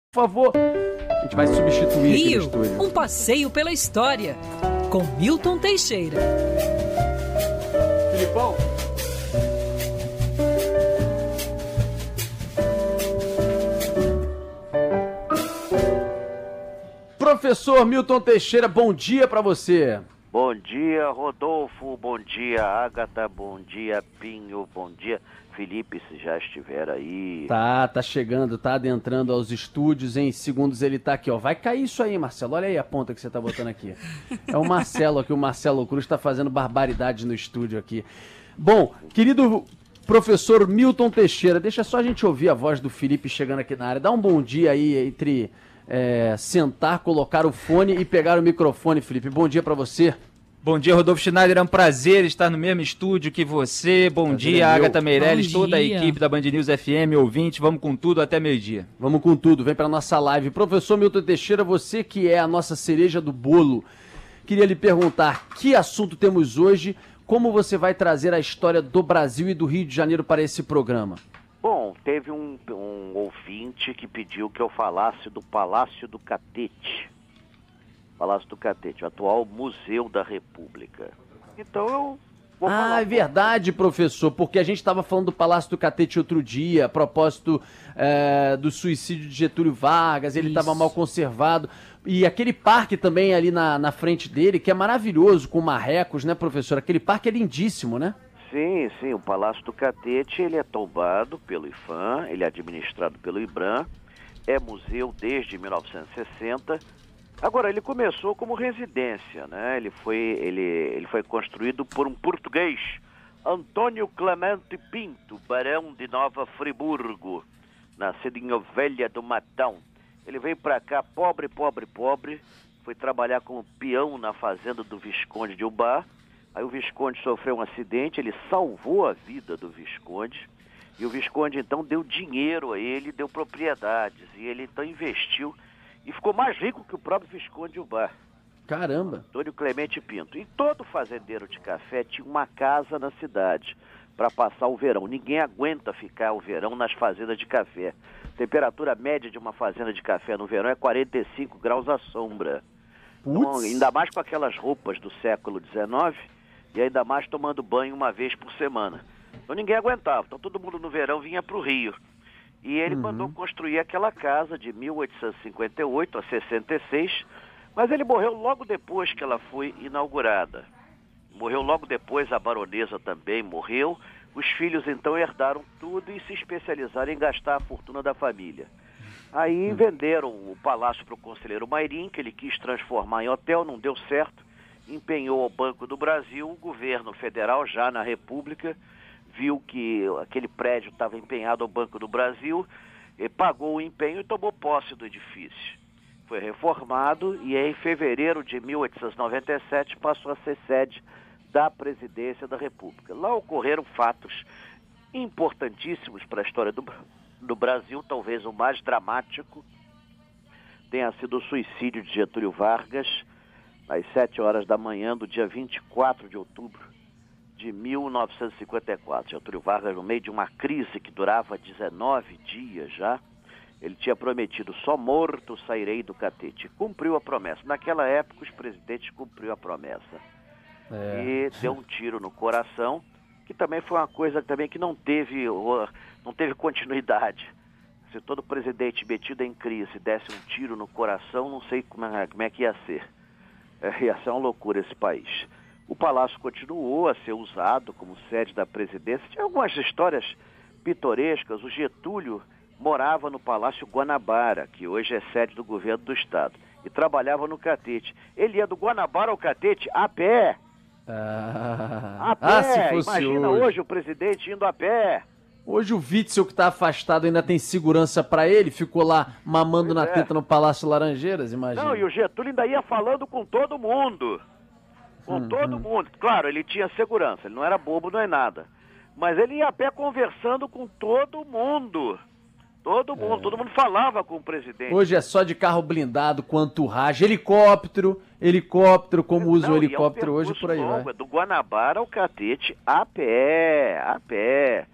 Por favor, a gente vai substituir aqui no estúdio. Um passeio pela história, com Milton Teixeira. Filipão. Professor Milton Teixeira, bom dia para você. Bom dia, Rodolfo, bom dia, Ágata, bom dia, Pinho, bom dia, Felipe, se já estiver aí. Tá chegando, tá adentrando aos estúdios, em segundos ele tá aqui, ó. Vai cair isso aí, Marcelo, olha aí a ponta que você tá botando aqui. É o Marcelo aqui, o Marcelo Cruz tá fazendo barbaridade no estúdio aqui. Bom, querido professor Milton Teixeira, deixa só a gente ouvir a voz do Felipe chegando aqui na área. Dá um bom dia aí entre... sentar, colocar o fone e pegar o microfone, Felipe. Bom dia para você. Bom dia, Rodolfo Schneider. É um prazer estar no mesmo estúdio que você. Bom dia, Ágata Meirelles, toda a equipe da Band News FM, ouvinte. Vamos com tudo até meio-dia. Vamos com tudo. Vem para nossa live. Professor Milton Teixeira, você que é a nossa cereja do bolo, queria lhe perguntar que assunto temos hoje, como você vai trazer a história do Brasil e do Rio de Janeiro para esse programa? Bom, teve um ouvinte que pediu que eu falasse do Palácio do Catete. Palácio do Catete, o atual Museu da República. Então eu vou falar. Ah, é verdade, professor, porque a gente estava falando do Palácio do Catete outro dia, a propósito do suicídio de Getúlio Vargas, ele estava mal conservado. E aquele parque também ali na frente dele, que é maravilhoso, com marrecos, né, professor? Aquele parque é lindíssimo, né? Sim, o Palácio do Catete, ele é tombado pelo IPHAN, ele é administrado pelo IBRAM, é museu desde 1960. Agora, ele começou como residência, né? Ele foi construído por um português, Antônio Clemente Pinto, barão de Nova Friburgo, nascido em Ovelha do Matão. Ele veio para cá pobre, foi trabalhar como peão na fazenda do Visconde de Ubá. Aí o Visconde sofreu um acidente, ele salvou a vida do Visconde, e o Visconde então deu dinheiro a ele, deu propriedades, e ele então investiu e ficou mais rico que o próprio Visconde de Ubá. Caramba! Antônio Clemente Pinto. E todo fazendeiro de café tinha uma casa na cidade para passar o verão. Ninguém aguenta ficar o verão nas fazendas de café. A temperatura média de uma fazenda de café no verão é 45 graus à sombra. Então, ainda mais com aquelas roupas do século XIX, e ainda mais tomando banho uma vez por semana. Então ninguém aguentava. Então todo mundo no verão vinha para o Rio. E ele mandou construir aquela casa de 1858 a 66, mas ele morreu logo depois que ela foi inaugurada. Morreu logo depois, a baronesa também morreu. Os filhos então herdaram tudo e se especializaram em gastar a fortuna da família. Aí venderam o palácio para o conselheiro Mairim, que ele quis transformar em hotel, não deu certo. Empenhou ao Banco do Brasil, o governo federal, já na República, viu que aquele prédio estava empenhado ao Banco do Brasil, pagou o empenho e tomou posse do edifício. Foi reformado e em fevereiro de 1897 passou a ser sede da Presidência da República. Lá ocorreram fatos importantíssimos para a história do Brasil, talvez o mais dramático tenha sido o suicídio de Getúlio Vargas, às 7 horas da manhã do dia 24 de outubro de 1954. Getúlio Vargas, no meio de uma crise que durava 19 dias já, ele tinha prometido: só morto sairei do Catete. Cumpriu a promessa. Naquela época, os presidentes cumpriu a promessa. E deu um tiro no coração, que também foi uma coisa também que não teve continuidade. Se todo presidente metido em crise desse um tiro no coração, não sei como é que ia ser. Ia ser uma loucura esse país. O palácio continuou a ser usado como sede da presidência. Tinha algumas histórias pitorescas. O Getúlio morava no Palácio Guanabara, que hoje é sede do governo do estado, e trabalhava no Catete. Ele ia do Guanabara ao Catete a pé. A pé. Se fosse Imagina hoje o presidente indo a pé. Hoje o Witzel, que está afastado, ainda tem segurança para ele, ficou lá mamando na teta no Palácio Laranjeiras, imagina. Não, e o Getúlio ainda ia falando com todo mundo. Com todo mundo. Claro, ele tinha segurança, ele não era bobo, não é nada. Mas ele ia a pé conversando com todo mundo. Todo mundo falava com o presidente. Hoje é só de carro blindado, com entourage, helicóptero, como usa o helicóptero hoje, por aí vai. Do Guanabara ao Catete, a pé.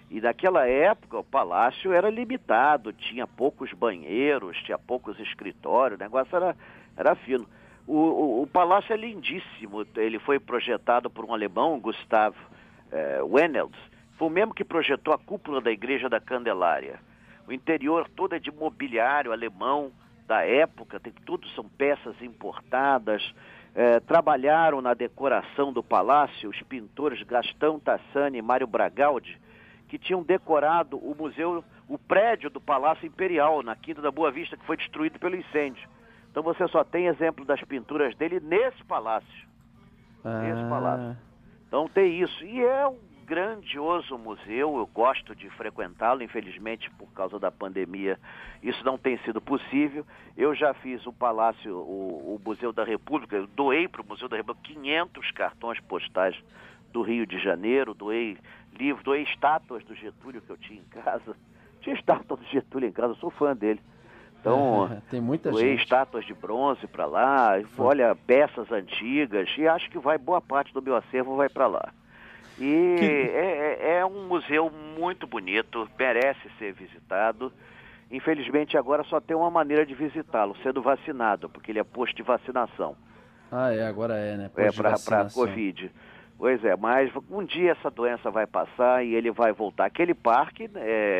E naquela época o palácio era limitado, tinha poucos banheiros, tinha poucos escritórios, o negócio era fino. O palácio é lindíssimo, ele foi projetado por um alemão, Gustav Wenels, foi o mesmo que projetou a cúpula da Igreja da Candelária. O interior todo é de mobiliário alemão da época, tudo são peças importadas. Trabalharam na decoração do palácio os pintores Gastão Tassani e Mário Bragaldi, que tinham decorado o museu, o prédio do Palácio Imperial, na Quinta da Boa Vista, que foi destruído pelo incêndio. Então você só tem exemplo das pinturas dele nesse palácio. Nesse palácio. Então tem isso. E é um grandioso museu, eu gosto de frequentá-lo, infelizmente por causa da pandemia isso não tem sido possível. Eu já fiz o Palácio, o Museu da República, eu doei para o Museu da República 500 cartões postais do Rio de Janeiro, doei livros, doei estátuas do Getúlio que eu tinha em casa. Tinha estátua do Getúlio em casa, eu sou fã dele. Então, tem muita doei gente. estátuas de bronze para lá, olha, peças antigas, e acho que boa parte do meu acervo vai para lá. E é um museu muito bonito, merece ser visitado. Infelizmente agora só tem uma maneira de visitá-lo, sendo vacinado, porque ele é posto de vacinação. Agora né? Para Covid. Pois é, mas um dia essa doença vai passar e ele vai voltar. Aquele parque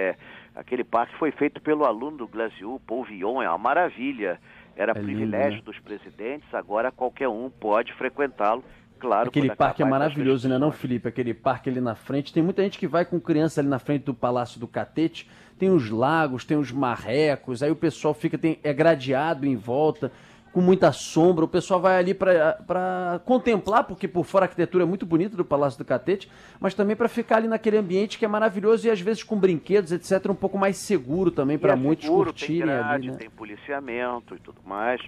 foi feito pelo aluno do Glaziu, Paul Villon, é uma maravilha. Era privilégio, lindo, né, dos presidentes, agora qualquer um pode frequentá-lo. Claro, aquele parque é maravilhoso, né, não, Felipe? Aquele parque ali na frente. Tem muita gente que vai com criança ali na frente do Palácio do Catete. Tem os lagos, tem os marrecos. Aí o pessoal é gradeado em volta, com muita sombra. O pessoal vai ali para contemplar, porque por fora a arquitetura é muito bonita do Palácio do Catete, mas também para ficar ali naquele ambiente que é maravilhoso e às vezes com brinquedos, etc., um pouco mais seguro também para muitos curtirem, tem grade, ali, né? Tem policiamento e tudo mais.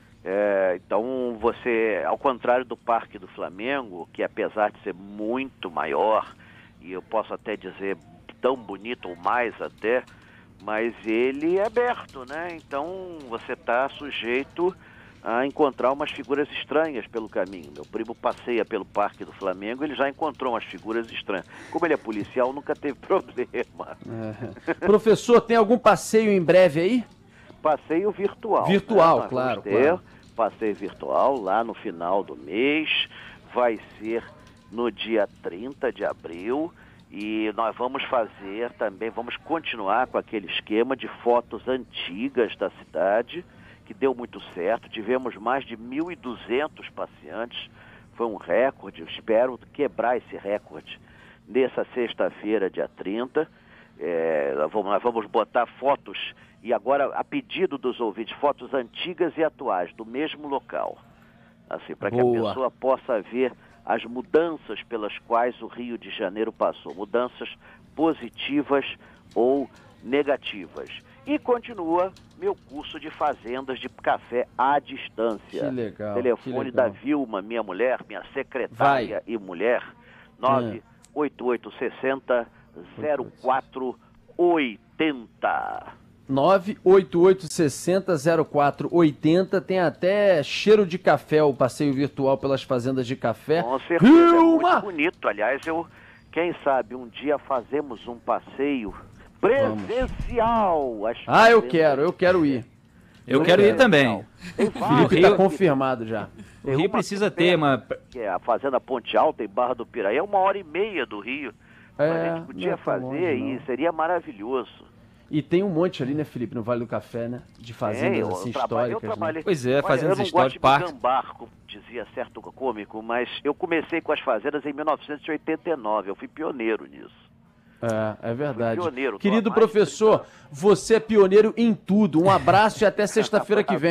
Então você, ao contrário do Parque do Flamengo, que apesar de ser muito maior, e eu posso até dizer tão bonito ou mais até, mas ele é aberto, né? Então você está sujeito a encontrar umas figuras estranhas pelo caminho. Meu primo passeia pelo Parque do Flamengo, ele já encontrou umas figuras estranhas. Como ele é policial, nunca teve problema. Professor, tem algum passeio em breve aí? Passeio virtual. Virtual, né? Claro. Passeio virtual lá no final do mês, vai ser no dia 30 de abril e nós vamos fazer também, vamos continuar com aquele esquema de fotos antigas da cidade, que deu muito certo, tivemos mais de 1.200 passeantes, foi um recorde, eu espero quebrar esse recorde nessa sexta-feira, dia 30, nós vamos botar fotos. E agora, a pedido dos ouvintes, fotos antigas e atuais, do mesmo local. Assim, para que a pessoa possa ver as mudanças pelas quais o Rio de Janeiro passou. Mudanças positivas ou negativas. E continua meu curso de fazendas de café à distância. Que legal. Telefone da Vilma, minha mulher, minha secretária e mulher, 98860 0480. 988600480. Tem até cheiro de café, o passeio virtual pelas fazendas de café. Com certeza, é muito bonito. Aliás, quem sabe um dia fazemos um passeio presencial. Eu quero ir. Eu quero ir também. O Felipe está confirmado já. O Rio precisa ter uma... Que é a Fazenda Ponte Alta, em Barra do Piraí, é 1h30 do Rio. A gente podia fazer e seria maravilhoso. E tem um monte ali, né, Felipe, no Vale do Café, né? De fazendas assim, históricas. Né? Pois é, fazendas históricas, parques. Eu não gosto de gambar, como dizia certo cômico, mas eu comecei com as fazendas em 1989. Eu fui pioneiro nisso. É verdade. Pioneiro, querido professor, você é pioneiro em tudo. Um abraço e até sexta-feira que vem.